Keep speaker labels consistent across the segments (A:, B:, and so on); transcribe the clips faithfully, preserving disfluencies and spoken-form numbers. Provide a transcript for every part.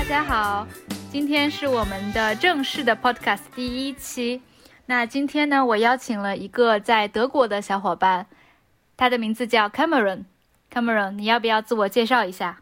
A: 家好，今天是我们的正式的 podcast 第一期。那今天呢，我邀请了一个在德国的小伙伴，他的名字叫 Cameron。Cameron， 你要不要自我介绍一下？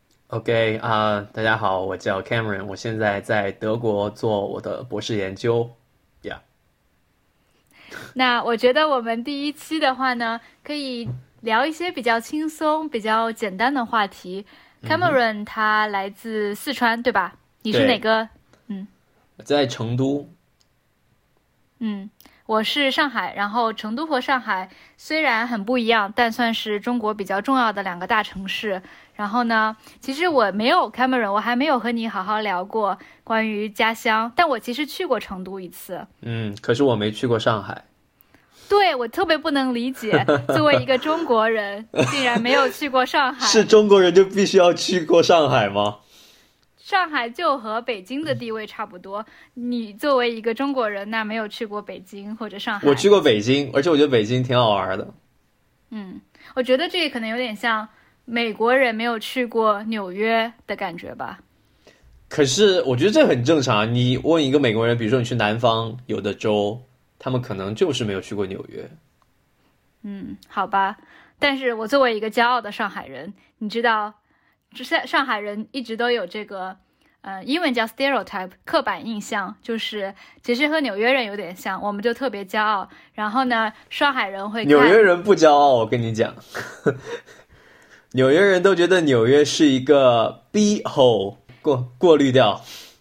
B: OK 啊、uh, 大家好，我叫 Cameron， 我现在在德国做我的博士研究。Yeah。
A: 那我觉得我们第一期的话呢，可以聊一些比较轻松、比较简单的话题。Cameron 他来自四川，对吧？你是哪个？嗯，
B: 我在成都。
A: 嗯，我是上海。然后成都和上海虽然很不一样，但算是中国比较重要的两个大城市。然后呢，其实我没有 Cameron， 我还没有和你好好聊过关于家乡，但我其实去过成都一次。
B: 嗯，可是我没去过上海。
A: 对，我特别不能理解，作为一个中国人，竟然没有去过上海。
B: 是中国人就必须要去过上海吗？
A: 上海就和北京的地位差不多。你作为一个中国人，那没有去过北京或者上海？
B: 我去过北京，而且我觉得北京挺好玩的。
A: 嗯，我觉得这个可能有点像美国人没有去过纽约的感觉吧。
B: 可是我觉得这很正常。你问一个美国人，比如说你去南方有的州，他们可能就是没有去过纽约。
A: 嗯，好吧。但是我作为一个骄傲的上海人，你知道，上上海人一直都有这个，呃，英文叫 stereotype， 刻板印象，就是其实和纽约人有点像，我们就特别骄傲。然后呢，上海人会看
B: 纽约人不骄傲，我跟你讲，纽约人都觉得纽约是一个 B hole， 过过滤掉。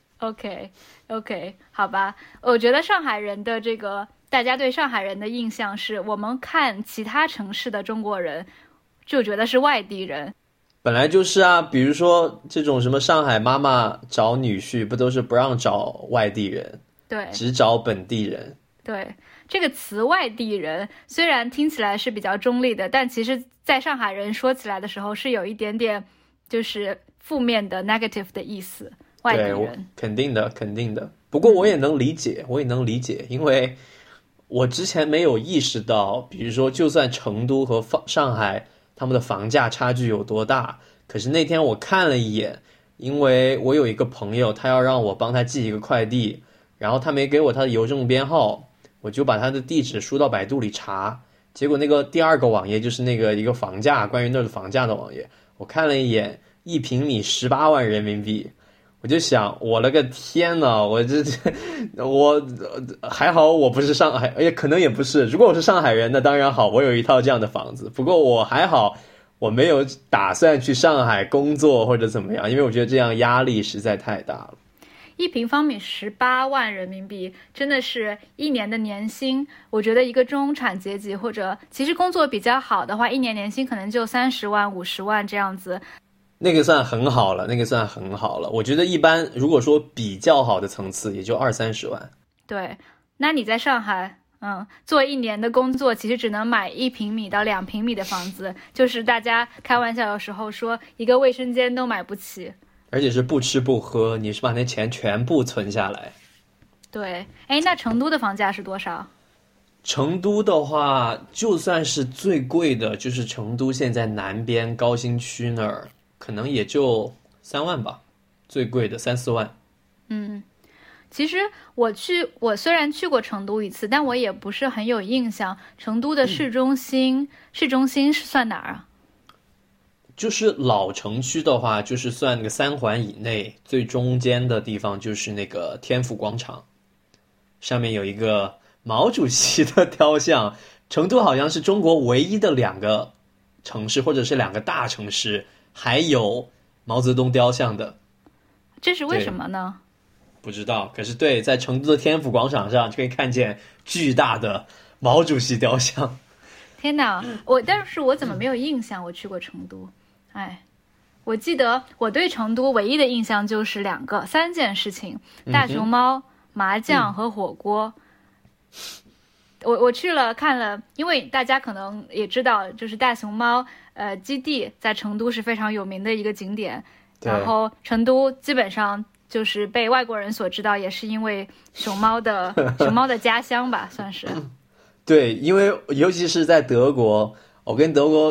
A: OK OK， 好吧。我觉得上海人的这个，大家对上海人的印象是，我们看其他城市的中国人就觉得是外地人。
B: 本来就是啊，比如说这种什么上海妈妈找女婿，不都是不让找外地人，
A: 对，
B: 只找本地人。
A: 对，这个词外地人虽然听起来是比较中立的，但其实在上海人说起来的时候是有一点点就是负面的 negative 的意思。外地人，
B: 肯定的肯定的。不过我也能理解、嗯、我也能理解，因为我之前没有意识到，比如说就算成都和上海他们的房价差距有多大，可是那天我看了一眼，因为我有一个朋友他要让我帮他寄一个快递，然后他没给我他的邮政编号，我就把他的地址输到百度里查，结果那个第二个网页就是那个一个房价，关于那儿的房价的网页，我看了一眼，一平米十八万人民币。我就想，我了个天呐，我这我还好我不是上海，也可能也不是。如果我是上海人，那当然好，我有一套这样的房子。不过我还好，我没有打算去上海工作或者怎么样，因为我觉得这样压力实在太大了。
A: 一平方米十八万人民币，真的是一年的年薪。我觉得一个中产阶级或者其实工作比较好的话，一年年薪可能就三十万、五十万这样子。
B: 那个算很好了，那个算很好了。我觉得一般，如果说比较好的层次，也就二三十万。
A: 对，那你在上海，嗯，做一年的工作，其实只能买一平米到两平米的房子，就是大家开玩笑有时候说一个卫生间都买不起，
B: 而且是不吃不喝，你是把那钱全部存下来。
A: 对，哎，那成都的房价是多少？
B: 成都的话，就算是最贵的，就是成都现在南边高新区那儿。可能也就三万吧，最贵的三四万。
A: 嗯，其实我去，我虽然去过成都一次，但我也不是很有印象。成都的市中心，嗯、市中心是算哪儿啊？
B: 就是老城区的话，就是算那个三环以内，最中间的地方就是那个天府广场，上面有一个毛主席的雕像。成都好像是中国唯一的两个城市，或者是两个大城市。还有毛泽东雕像的，
A: 这是为什么呢？
B: 不知道。可是对，在成都的天府广场上就可以看见巨大的毛主席雕像。
A: 天哪，我但是我怎么没有印象我去过成都？哎，我记得我对成都唯一的印象就是两个三件事情：大熊猫、麻将和火锅。嗯、我我去了看了，因为大家可能也知道，就是大熊猫。呃，基地在成都是非常有名的一个景点，然后成都基本上就是被外国人所知道，也是因为熊猫的熊猫的家乡吧，算是。
B: 对，因为尤其是在德国，我跟德国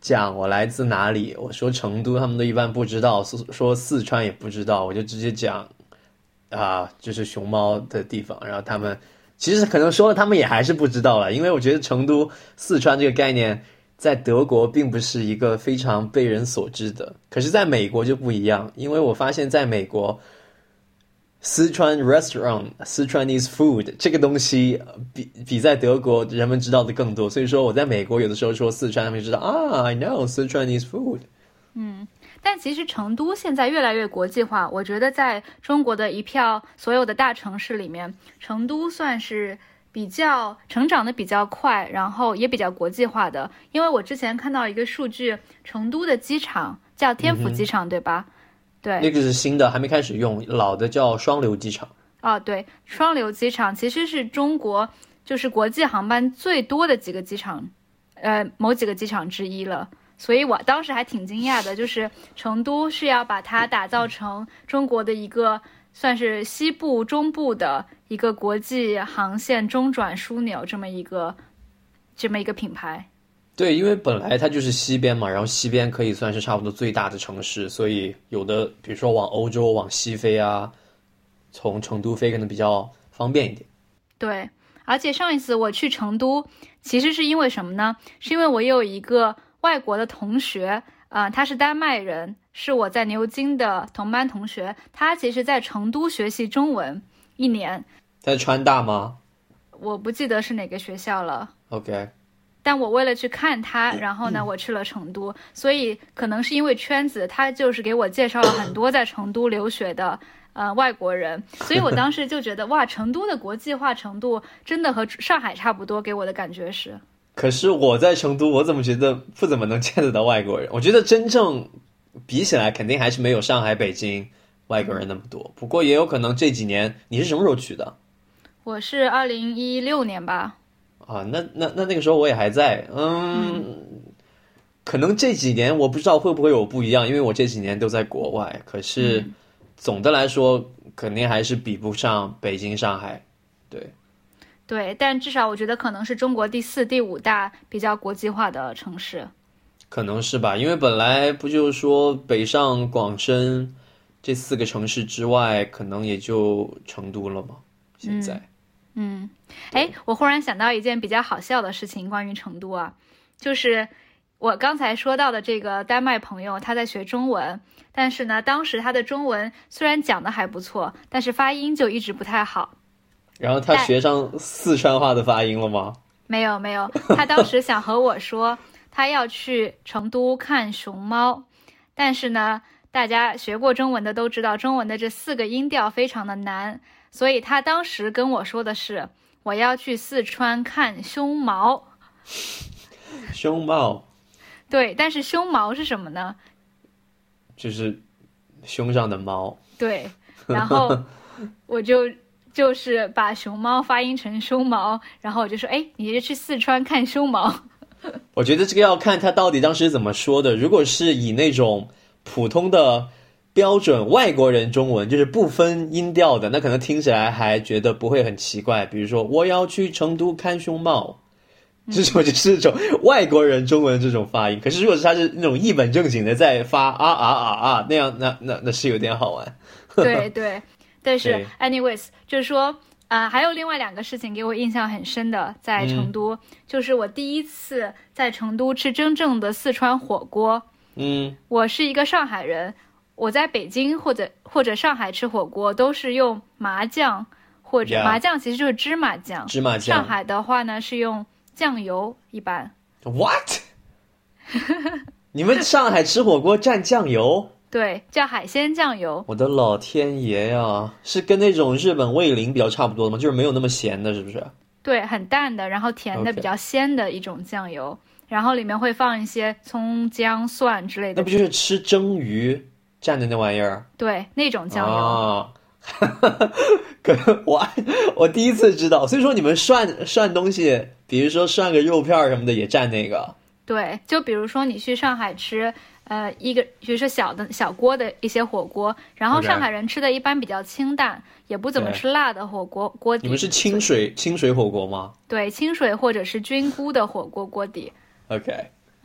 B: 讲我来自哪里，我说成都，他们都一般不知道，说四川也不知道，我就直接讲啊，就是熊猫的地方，然后他们其实可能说了，他们也还是不知道了，因为我觉得成都、四川这个概念在德国并不是一个非常被人所知的，可是在美国就不一样，因为我发现在美国，四川 restaurant、四川 Chinese food 这个东西比比在德国人们知道的更多，所以说我在美国有的时候说四川，他们就知道啊 ，I know 四川 Chinese food。
A: 嗯，但其实成都现在越来越国际化，我觉得在中国的一票所有的大城市里面，成都算是比较成长的比较快，然后也比较国际化的。因为我之前看到一个数据，成都的机场叫天府机场，嗯、对吧？对，
B: 那个是新的，还没开始用，老的叫双流机场。
A: 哦，对，双流机场其实是中国就是国际航班最多的几个机场，呃，某几个机场之一了。所以我当时还挺惊讶的，就是成都是要把它打造成中国的一个算是西部中部的一个国际航线中转枢纽这么一个这么一个品牌。
B: 对，因为本来它就是西边嘛，然后西边可以算是差不多最大的城市，所以有的比如说往欧洲往西飞啊，从成都飞可能比较方便一点。
A: 对，而且上一次我去成都其实是因为什么呢？是因为我有一个外国的同学，呃，他是丹麦人，是我在牛津的同班同学，他其实在成都学习中文一年。
B: 在川大吗？
A: 我不记得是哪个学校了。
B: OK。
A: 但我为了去看他，然后呢，我去了成都，所以可能是因为圈子，他就是给我介绍了很多在成都留学的呃外国人，所以我当时就觉得哇，成都的国际化程度真的和上海差不多，给我的感觉是。
B: 可是我在成都，我怎么觉得不怎么能见得到外国人？我觉得真正比起来，肯定还是没有上海、北京外国人那么多。不过也有可能这几年，你是什么时候去的？
A: 我是二零一六年吧。
B: 啊，那那那那个时候我也还在，嗯，嗯可能这几年我不知道会不会有不一样，因为我这几年都在国外。可是总的来说，肯定还是比不上北京、上海，对。
A: 对，但至少我觉得可能是中国第四、第五大比较国际化的城市。
B: 可能是吧，因为本来不就是说北上广深这四个城市之外，可能也就成都了吗？现在。
A: 嗯，哎，我忽然想到一件比较好笑的事情，关于成都啊，就是我刚才说到的这个丹麦朋友，他在学中文，但是呢，当时他的中文虽然讲的还不错，但是发音就一直不太好。
B: 然后他学上四川话的发音了吗？
A: 没有没有，他当时想和我说，他要去成都看熊猫，但是呢，大家学过中文的都知道，中文的这四个音调非常的难。所以他当时跟我说的是，我要去四川看胸毛。
B: 胸毛。
A: 对，但是胸毛是什么呢？
B: 就是胸上的毛。
A: 对，然后我就就是把熊猫发音成胸毛，然后我就说，哎，你就去四川看胸毛。
B: 我觉得这个要看他到底当时怎么说的，如果是以那种普通的标准外国人中文，就是不分音调的，那可能听起来还觉得不会很奇怪。比如说我要去成都看熊猫，这种就是这种外国人中文这种发音。可是如果是他是那种一本正经的在发啊啊啊啊那样，那那那是有点好玩。
A: 对对，但是 anyways 就是说呃，还有另外两个事情给我印象很深的，在成都、嗯、就是我第一次在成都吃真正的四川火锅。
B: 嗯，
A: 我是一个上海人，我在北京或者或者上海吃火锅都是用麻酱，或者、yeah. 麻酱其实就是芝麻酱。
B: 芝麻酱。
A: 上海的话呢是用酱油一般。
B: What？ 你们上海吃火锅蘸酱油？
A: 对，叫海鲜酱油。
B: 我的老天爷呀，是跟那种日本味淋比较差不多的吗？就是没有那么咸的，是不是？
A: 对，很淡的，然后甜的， okay. 比较鲜的一种酱油，然后里面会放一些葱姜蒜之类的。
B: 那不就是吃蒸鱼蘸的那玩意儿？
A: 对，那种酱油。
B: 哦可我我第一次知道，所以说你们涮涮东西，比如说涮个肉片什么的也蘸那个。
A: 对，就比如说你去上海吃呃一个比如说小的小锅的一些火锅，然后上海人吃的一般比较清淡， okay. 也不怎么吃辣的火锅锅底。
B: 你们是清水清水火锅吗？
A: 对，清水或者是菌菇的火锅锅底。
B: OK。
A: 嗯，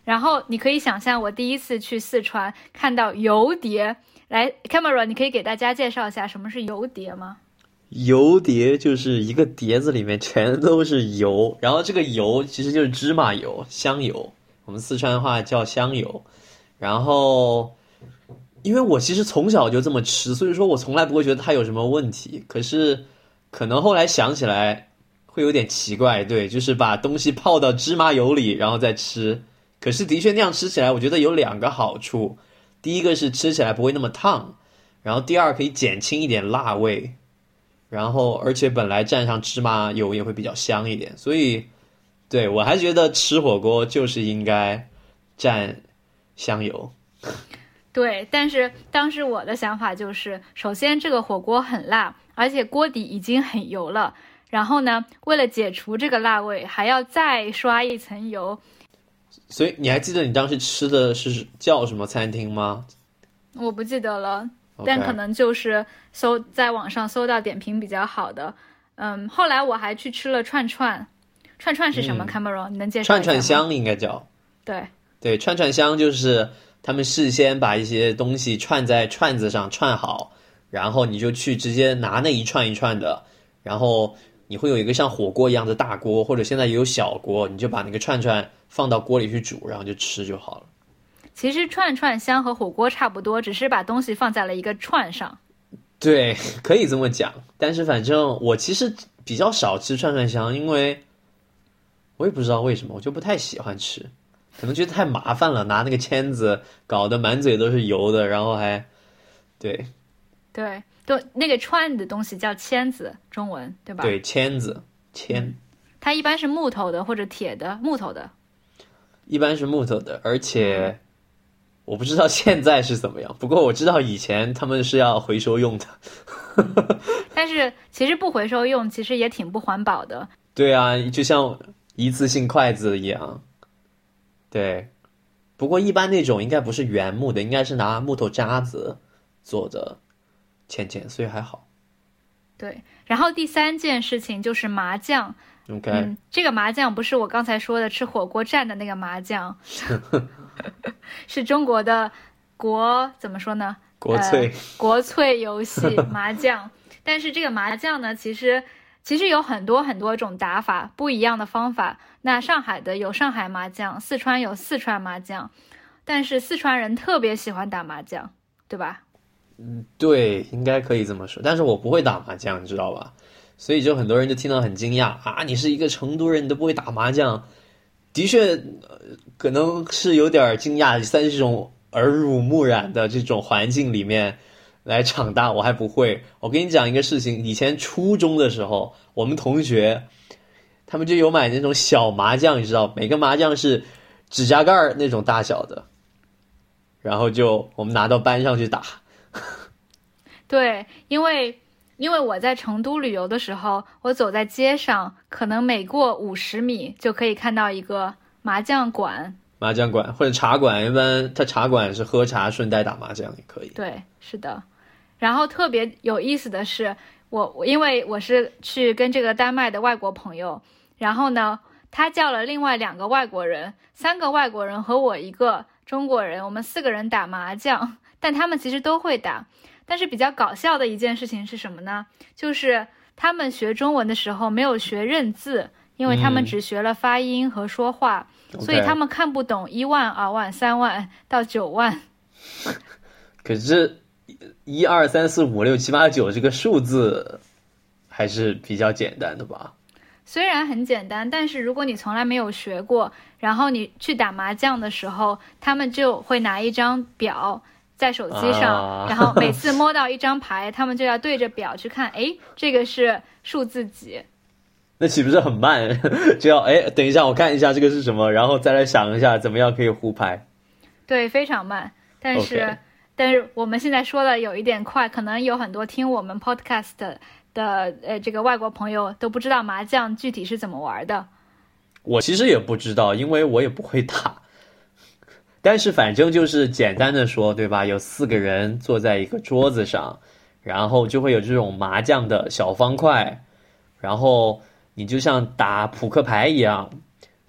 A: 然后你可以想象我第一次去四川看到油碟，来 Cameron 你可以给大家介绍一下什么是油碟吗？
B: 油碟就是一个碟子里面全都是油，然后这个油其实就是芝麻油、香油，我们四川话叫香油。然后因为我其实从小就这么吃，所以说我从来不会觉得它有什么问题，可是可能后来想起来会有点奇怪，对，就是把东西泡到芝麻油里然后再吃。可是的确那样吃起来我觉得有两个好处，第一个是吃起来不会那么烫，然后第二可以减轻一点辣味，然后而且本来蘸上芝麻油也会比较香一点，所以对，我还觉得吃火锅就是应该蘸香油。
A: 对，但是当时我的想法就是，首先这个火锅很辣，而且锅底已经很油了，然后呢为了解除这个辣味还要再刷一层油。
B: 所以你还记得你当时吃的是叫什么餐厅吗？
A: 我不记得了，
B: Okay.
A: 但可能就是搜在网上搜到点评比较好的。嗯，后来我还去吃了串串。串串是什么、嗯、Cameron 你能介绍一下吗？
B: 串串香应该叫。
A: 对
B: 对，串串香就是他们事先把一些东西串在串子上串好，然后你就去直接拿那一串一串的，然后你会有一个像火锅一样的大锅，或者现在也有小锅，你就把那个串串放到锅里去煮，然后就吃就好了。
A: 其实串串香和火锅差不多，只是把东西放在了一个串上。
B: 对，可以这么讲。但是反正我其实比较少吃串串香，因为我也不知道为什么，我就不太喜欢吃，可能觉得太麻烦了，拿那个签子搞得满嘴都是油的，然后还对
A: 对都那个串的东西叫签子，中文对吧？
B: 对，签子签、嗯，
A: 它一般是木头的或者铁的，木头的，
B: 一般是木头的，而且我不知道现在是怎么样，不过我知道以前他们是要回收用的。
A: 但是其实不回收用其实也挺不环保的。
B: 对啊，就像一次性筷子一样。对，不过一般那种应该不是原木的，应该是拿木头渣子做的签签，所以还好。
A: 对，然后第三件事情就是麻酱。
B: OK，、
A: 嗯、这个麻酱不是我刚才说的吃火锅蘸的那个麻酱，是中国的国怎么说呢？
B: 国粹、呃、
A: 国粹游戏麻酱。但是这个麻酱呢，其实其实有很多很多种打法，不一样的方法。那上海的有上海麻酱，四川有四川麻酱，但是四川人特别喜欢打麻将，对吧？
B: 嗯，对，应该可以这么说。但是我不会打麻将，你知道吧？所以就很多人就听到很惊讶啊，你是一个成都人，你都不会打麻将。的确、呃、可能是有点惊讶，在这种耳濡目染的这种环境里面来长大，我还不会。我跟你讲一个事情，以前初中的时候，我们同学他们就有买那种小麻将，你知道，每个麻将是指甲盖那种大小的，然后就我们拿到班上去打。
A: 对，因为因为我在成都旅游的时候，我走在街上，可能每过五十米就可以看到一个麻将馆。
B: 麻将馆或者茶馆，一般它茶馆是喝茶顺带打麻将也可以。
A: 对，是的。然后特别有意思的是，我因为我是去跟这个丹麦的外国朋友，然后呢，他叫了另外两个外国人，三个外国人和我一个中国人，我们四个人打麻将，但他们其实都会打。但是比较搞笑的一件事情是什么呢？就是他们学中文的时候没有学认字，因为他们只学了发音和说话、嗯、所以他们看不懂一万、二万、三万到九万。
B: 可是一二三四五六七八九这个数字还是比较简单的吧？
A: 虽然很简单，但是如果你从来没有学过，然后你去打麻将的时候，他们就会拿一张表在手机上、啊、然后每次摸到一张牌他们就要对着表去看，诶，这个是数字几，
B: 那岂不是很慢？就要诶等一下我看一下这个是什么，然后再来想一下怎么样可以胡牌。
A: 对，非常慢。但是、okay. 但是我们现在说的有一点快，可能有很多听我们 podcast 的呃这个外国朋友都不知道麻将具体是怎么玩的。
B: 我其实也不知道，因为我也不会打。但是反正就是简单的说，对吧？有四个人坐在一个桌子上，然后就会有这种麻将的小方块，然后你就像打扑克牌一样，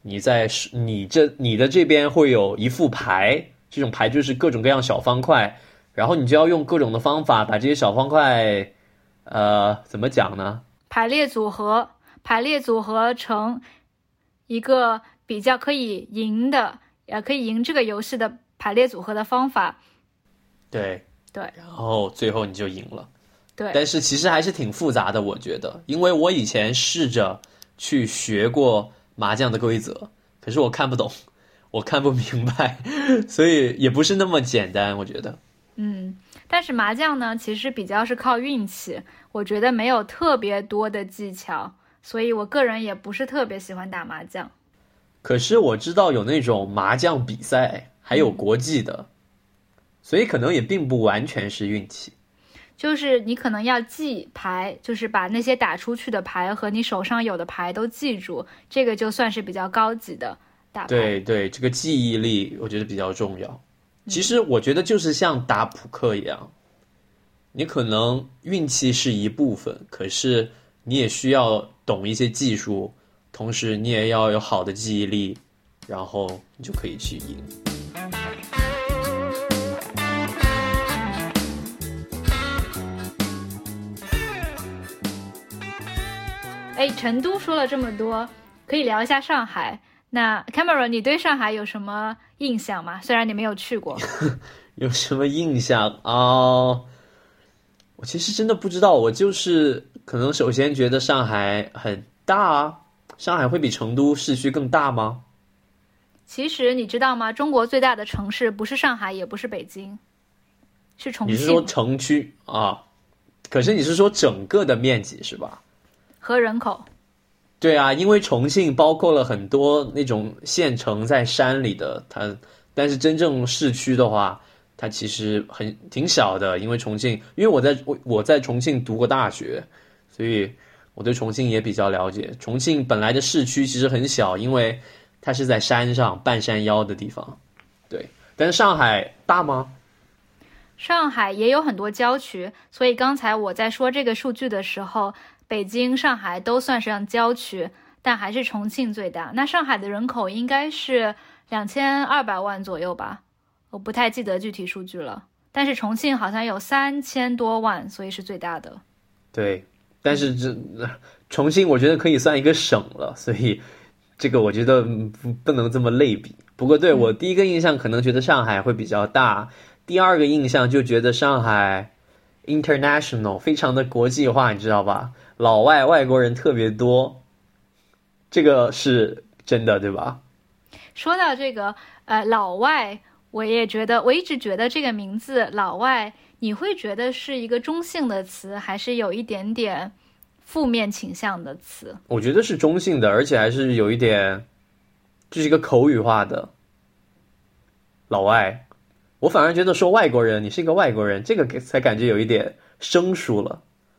B: 你在你这你的这边会有一副牌，这种牌就是各种各样小方块，然后你就要用各种的方法把这些小方块，呃，怎么讲呢？
A: 排列组合，排列组合成一个比较可以赢的，呃，可以赢这个游戏的排列组合的方法。
B: 对
A: 对，
B: 然后最后你就赢了。
A: 对，
B: 但是其实还是挺复杂的，我觉得，因为我以前试着去学过麻将的规则，可是我看不懂，我看不明白，所以也不是那么简单，我觉得。
A: 嗯，但是麻将呢，其实比较是靠运气，我觉得没有特别多的技巧，所以我个人也不是特别喜欢打麻将。
B: 可是我知道有那种麻将比赛，还有国际的，嗯、所以可能也并不完全是运气。
A: 就是你可能要记牌，就是把那些打出去的牌和你手上有的牌都记住，这个就算是比较高级的打牌。
B: 对对，这个记忆力我觉得比较重要。其实我觉得就是像打扑克一样，你可能运气是一部分，可是你也需要懂一些技术，同时你也要有好的记忆力，然后你就可以去赢。
A: 哎，成都说了这么多，可以聊一下上海。那 Cameron， 你对上海有什么印象吗？虽然你没有去过。
B: 有什么印象啊、哦？我其实真的不知道，我就是可能首先觉得上海很大，上海会比成都市区更大吗？
A: 其实你知道吗？中国最大的城市不是上海，也不是北京，是重庆。
B: 你是说城区啊？可是你是说整个的面积是吧？
A: 和人口。
B: 对啊，因为重庆包括了很多那种县城在山里的，它但是真正市区的话，它其实很挺小的。因为重庆，因为我在我我在重庆读过大学，所以我对重庆也比较了解。重庆本来的市区其实很小，因为它是在山上半山腰的地方。对，但是上海大吗？
A: 上海也有很多郊区，所以刚才我在说这个数据的时候，北京、上海都算上郊区，但还是重庆最大。那上海的人口应该是两千二百万左右吧，我不太记得具体数据了。但是重庆好像有三千多万，所以是最大的。
B: 对，但是这重庆我觉得可以算一个省了，所以这个我觉得不不能这么类比。不过对我第一个印象可能觉得上海会比较大，第二个印象就觉得上海 international 非常的国际化，你知道吧？老外外国人特别多，这个是真的对吧？
A: 说到这个呃老外，我也觉得我一直觉得这个名字老外，你会觉得是一个中性的词，还是有一点点负面倾向的词？
B: 我觉得是中性的，而且还是有一点，这是一个口语化的老外。我反而觉得说外国人，你是一个外国人，这个才感觉有一点生疏了。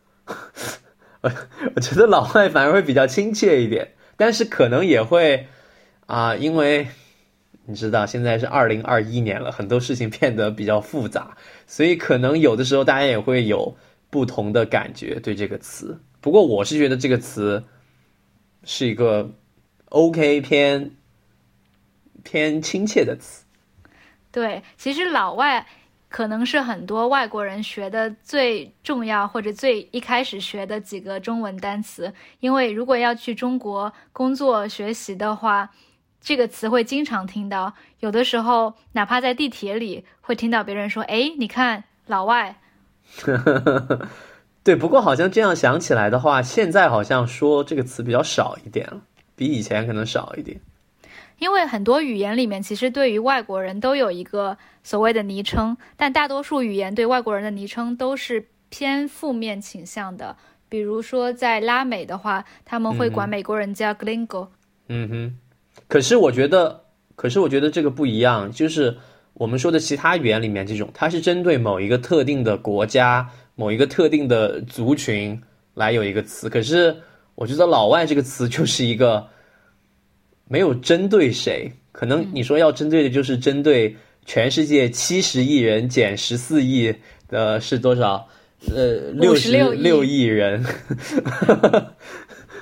B: 我觉得老外反而会比较亲切一点，但是可能也会啊、呃，因为你知道现在是二零二一年了，很多事情变得比较复杂，所以可能有的时候大家也会有不同的感觉对这个词。不过我是觉得这个词是一个 OK 偏偏亲切的词。
A: 对，其实老外可能是很多外国人学的最重要或者最一开始学的几个中文单词，因为如果要去中国工作学习的话，这个词会经常听到，有的时候哪怕在地铁里会听到别人说，诶，你看老外。
B: 对，不过好像这样想起来的话，现在好像说这个词比较少一点了，比以前可能少一点。
A: 因为很多语言里面其实对于外国人都有一个所谓的昵称，但大多数语言对外国人的昵称都是偏负面倾向的。比如说在拉美的话，他们会管美国人叫 gringo。
B: 嗯哼，可是我觉得可是我觉得这个不一样，就是我们说的其他语言里面这种，它是针对某一个特定的国家某一个特定的族群来有一个词，可是我觉得老外这个词就是一个没有针对谁，可能你说要针对的就是针对全世界七十亿人减十四亿的是多少？呃，六十六亿人。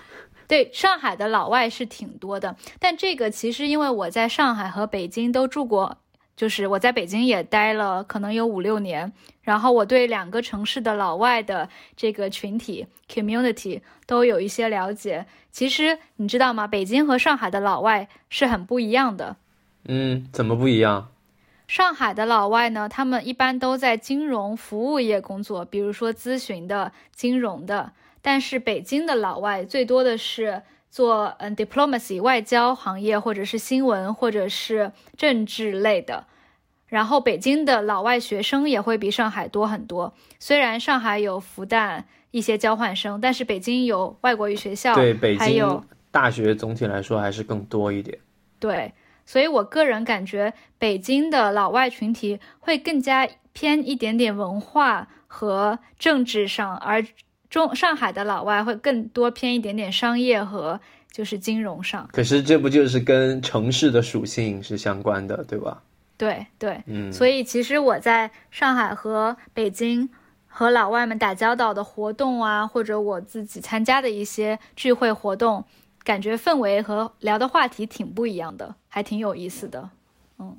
A: 对，上海的老外是挺多的，但这个其实因为我在上海和北京都住过，就是我在北京也待了可能有五六年，然后我对两个城市的老外的这个群体 community 都有一些了解。其实你知道吗？北京和上海的老外是很不一样的。
B: 嗯，怎么不一样？
A: 上海的老外呢，他们一般都在金融服务业工作，比如说咨询的、金融的。但是北京的老外最多的是做嗯 diplomacy 外交行业，或者是新闻，或者是政治类的。然后北京的老外学生也会比上海多很多。虽然上海有复旦一些交换生，但是北京有外国语学校，
B: 对，北
A: 还有
B: 京大学总体来说还是更多一点。
A: 对，所以我个人感觉北京的老外群体会更加偏一点点文化和政治上，而中上海的老外会更多偏一点点商业和就是金融上。
B: 可是这不就是跟城市的属性是相关的，对吧？
A: 对对，
B: 嗯，
A: 所以其实我在上海和北京和老外们打交道的活动啊，或者我自己参加的一些聚会活动，感觉氛围和聊的话题挺不一样的，还挺有意思的。嗯。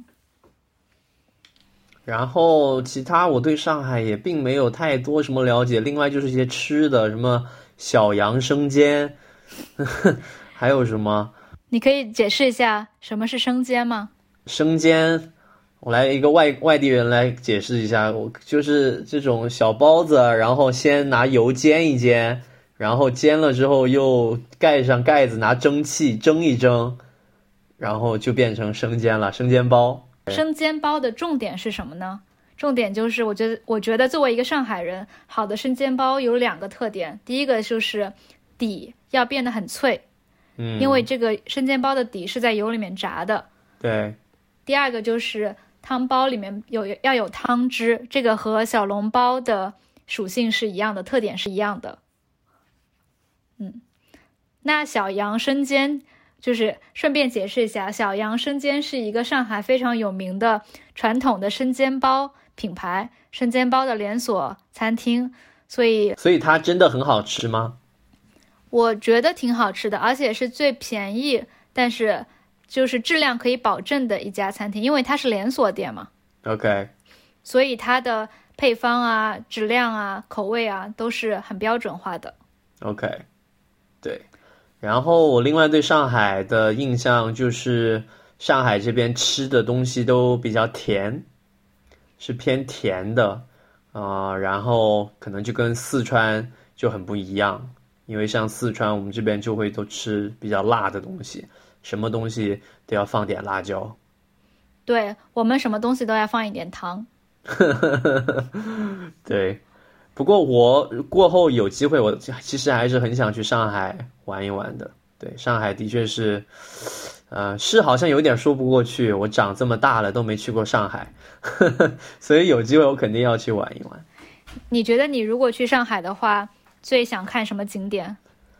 B: 然后其他我对上海也并没有太多什么了解，另外就是一些吃的，什么小杨生煎，呵呵，还有什么？
A: 你可以解释一下什么是生煎吗？
B: 生煎，我来一个外外地人来解释一下，我就是这种小包子，然后先拿油煎一煎，然后煎了之后又盖上盖子，拿蒸汽蒸一蒸，然后就变成生煎了，生煎包。
A: 生煎包的重点是什么呢？重点就是我觉得我觉得作为一个上海人，好的生煎包有两个特点。第一个就是底要变得很脆，
B: 嗯，
A: 因为这个生煎包的底是在油里面炸的。
B: 对。
A: 第二个就是汤包里面有要有汤汁，这个和小笼包的属性是一样的，特点是一样的。嗯，那小杨生煎就是顺便解释一下，小杨生煎是一个上海非常有名的传统的生煎包品牌，生煎包的连锁餐厅，所以
B: 所以它真的很好吃吗？
A: 我觉得挺好吃的，而且是最便宜，但是就是质量可以保证的一家餐厅，因为它是连锁店嘛。
B: OK，
A: 所以它的配方啊、质量啊、口味啊都是很标准化的。
B: OK， 对。然后我另外对上海的印象就是上海这边吃的东西都比较甜，是偏甜的啊、呃，然后可能就跟四川就很不一样，因为像四川我们这边就会都吃比较辣的东西，什么东西都要放点辣椒。
A: 对，我们什么东西都要放一点糖。
B: 对，不过我过后有机会，我其实还是很想去上海玩一玩的。对，上海的确是，呃，是好像有点说不过去。我长这么大了都没去过上海，呵呵，所以有机会我肯定要去玩一玩。
A: 你觉得你如果去上海的话，最想看什么景点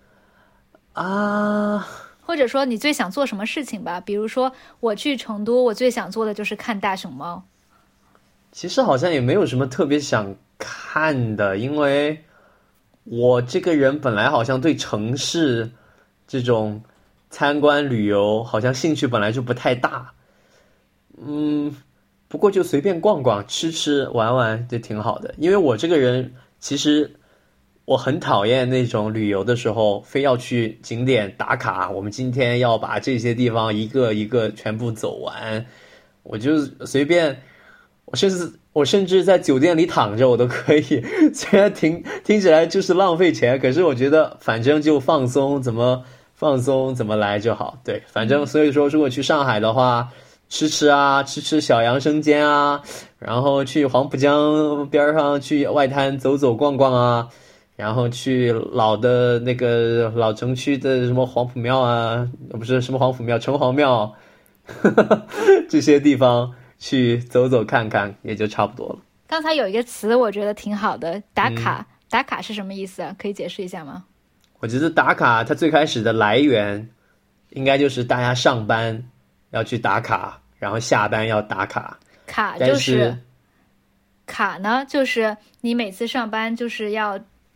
B: 啊？
A: 或者说你最想做什么事情吧？比如说我去成都，我最想做的就是看大熊猫。
B: 其实好像也没有什么特别想看的，因为我这个人本来好像对城市这种参观旅游好像兴趣本来就不太大，嗯，不过就随便逛逛、吃吃、玩玩就挺好的。因为我这个人其实我很讨厌那种旅游的时候非要去景点打卡，我们今天要把这些地方一个一个全部走完，我就随便。我甚至我甚至在酒店里躺着我都可以，虽然听听起来就是浪费钱，可是我觉得反正就放松，怎么放松怎么来就好。对，反正所以说如果去上海的话，吃吃啊，吃吃小杨生煎啊，然后去黄浦江边上去外滩走走逛逛啊，然后去老的那个老城区的什么黄浦庙啊，不是什么黄浦庙，城隍庙，呵呵，这些地方去走走看看也就差不多了。
A: 刚才有一个词我觉得挺好的，打卡、嗯、打卡是什么意思啊？可以解释一下吗？
B: 我觉得打卡它最开始的来源应该就是大家上班要去打卡，然后下班要打卡。
A: 卡就是卡呢就是你每次上班就是要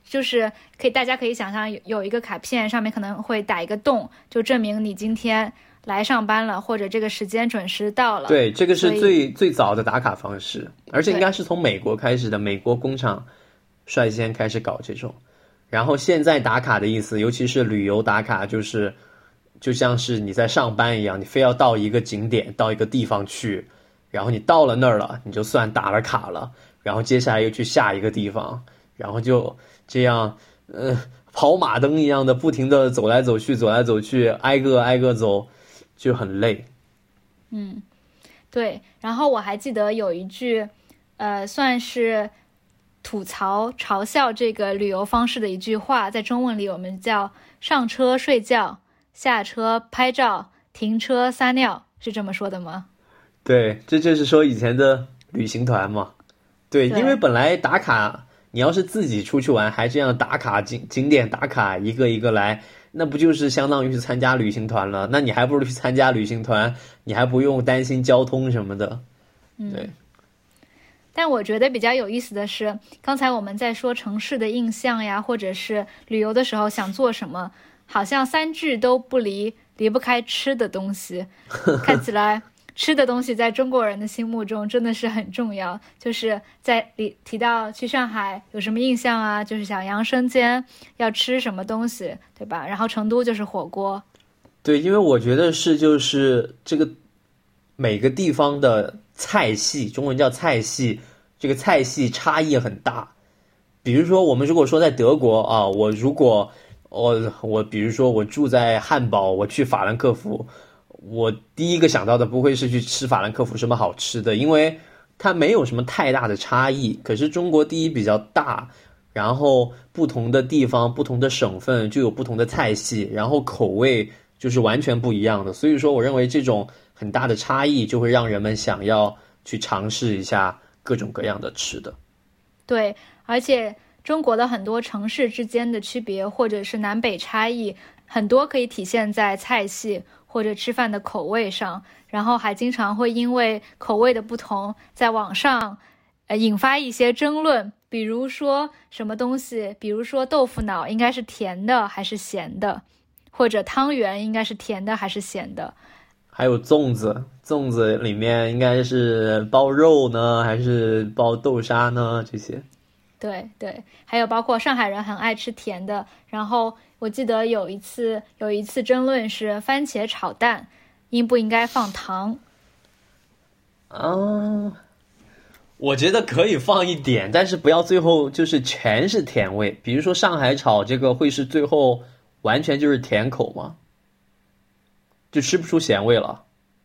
A: 就是可以大家可以想象有有一个卡片上面可能会打一个洞，就证明你今天来上班了，或者这个时间准时到了。
B: 对，这个是最最早的打卡方式，而且应该是从美国开始的，美国工厂率先开始搞这种。然后现在打卡的意思，尤其是旅游打卡，就是就像是你在上班一样，你非要到一个景点，到一个地方去，然后你到了那儿了，你就算打了卡了，然后接下来又去下一个地方，然后就这样呃跑马灯一样的不停的走来走去走来走去，挨个挨个走，就很累。
A: 嗯，对。然后我还记得有一句呃算是吐槽嘲笑这个旅游方式的一句话，在中文里我们叫上车睡觉，下车拍照，停车撒尿，是这么说的吗？
B: 对，这就是说以前的旅行团嘛。对，
A: 对，
B: 因为本来打卡，你要是自己出去玩，还这样打卡景景点打卡一个一个来，那不就是相当于是参加旅行团了？那你还不如去参加旅行团，你还不用担心交通什么的。
A: 嗯，
B: 对。
A: 但我觉得比较有意思的是，刚才我们在说城市的印象呀，或者是旅游的时候想做什么，好像三句都不离离不开吃的东西。看起来吃的东西在中国人的心目中真的是很重要。就是在里提到去上海有什么印象啊，就是想杨生煎要吃什么东西，对吧？然后成都就是火锅。
B: 对，因为我觉得是就是这个每个地方的菜系，中文叫菜系，这个菜系差异很大。比如说我们如果说在德国啊，我如果我我比如说我住在汉堡，我去法兰克福，我第一个想到的不会是去吃法兰克福什么好吃的，因为它没有什么太大的差异。可是中国第一比较大，然后不同的地方不同的省份就有不同的菜系，然后口味就是完全不一样的。所以说我认为这种很大的差异就会让人们想要去尝试一下各种各样的吃的。
A: 对，而且中国的很多城市之间的区别或者是南北差异，很多可以体现在菜系或者吃饭的口味上，然后还经常会因为口味的不同在网上呃引发一些争论。比如说什么东西，比如说豆腐脑应该是甜的还是咸的，或者汤圆应该是甜的还是咸的。
B: 还有粽子，粽子里面应该是包肉呢还是包豆沙呢，这些。
A: 对对，还有包括上海人很爱吃甜的，然后我记得有一次有一次争论是番茄炒蛋应不应该放糖。
B: 啊，我觉得可以放一点，但是不要最后就是全是甜味。比如说上海炒这个会是最后完全就是甜口吗？就吃不出咸味了。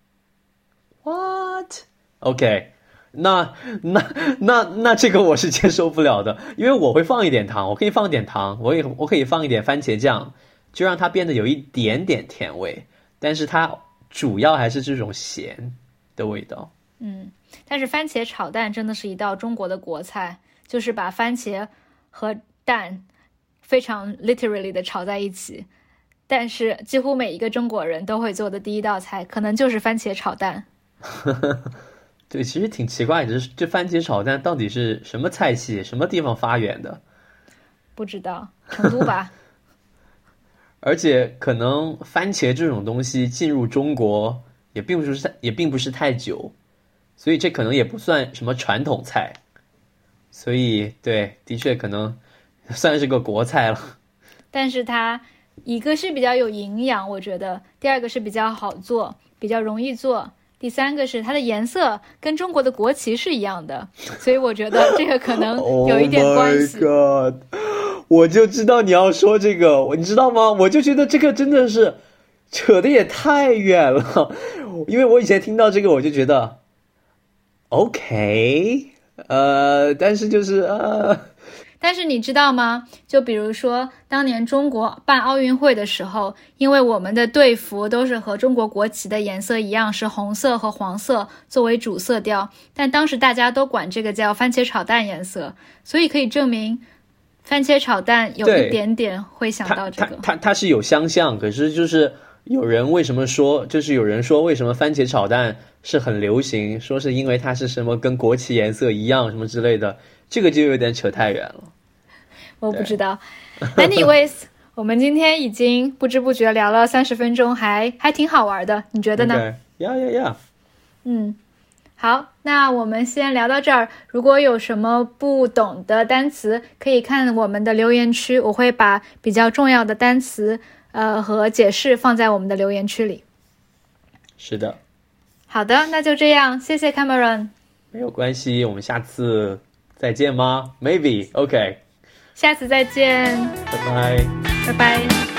B: What？ OK， 那那那那这个我是接受不了的，因为我会放一点糖，我可以放点糖，我也我可以放一点番茄酱，就让它变得有一点点甜味，但是它主要还是这种咸的味道。
A: 嗯，但是番茄炒蛋真的是一道中国的国菜，就是把番茄和蛋非常 literally 的炒在一起，但是几乎每一个中国人都会做的第一道菜可能就是番茄炒蛋。
B: 对，其实挺奇怪的，这番茄炒蛋到底是什么菜系，什么地方发源的？
A: 不知道，成都吧。
B: 而且可能番茄这种东西进入中国也并不是也并不是太久，所以这可能也不算什么传统菜。所以对，的确可能算是个国菜了。
A: 但是它一个是比较有营养，我觉得，第二个是比较好做，比较容易做，第三个是它的颜色跟中国的国旗是一样的，所以我觉得这个可能有一点关系。
B: Oh my God， 我就知道你要说这个，你知道吗？我就觉得这个真的是扯得也太远了，因为我以前听到这个我就觉得 OK， 呃，但是就是呃。
A: 但是你知道吗？就比如说当年中国办奥运会的时候，因为我们的队服都是和中国国旗的颜色一样，是红色和黄色作为主色调，但当时大家都管这个叫番茄炒蛋颜色，所以可以证明番茄炒蛋有一点点会想到这个。
B: 它它它是有相像，可是就是有人为什么说，就是有人说为什么番茄炒蛋是很流行，说是因为它是什么跟国旗颜色一样什么之类的，这个就有点扯太远了。
A: 我不知道。Anyways， 我们今天已经不知不觉聊了三十分钟，还还挺好玩的，你觉得呢？
B: Okay. Yeah, yeah, yeah.
A: 嗯，好，那我们先聊到这儿。如果有什么不懂的单词，可以看我们的留言区，我会把比较重要的单词呃和解释放在我们的留言区里。
B: 是的。
A: 好的，那就这样，谢谢 Cameron。
B: 没有关系，我们下次再见吗？ Maybe. OK.
A: 下次再见。
B: 拜拜。
A: 拜拜。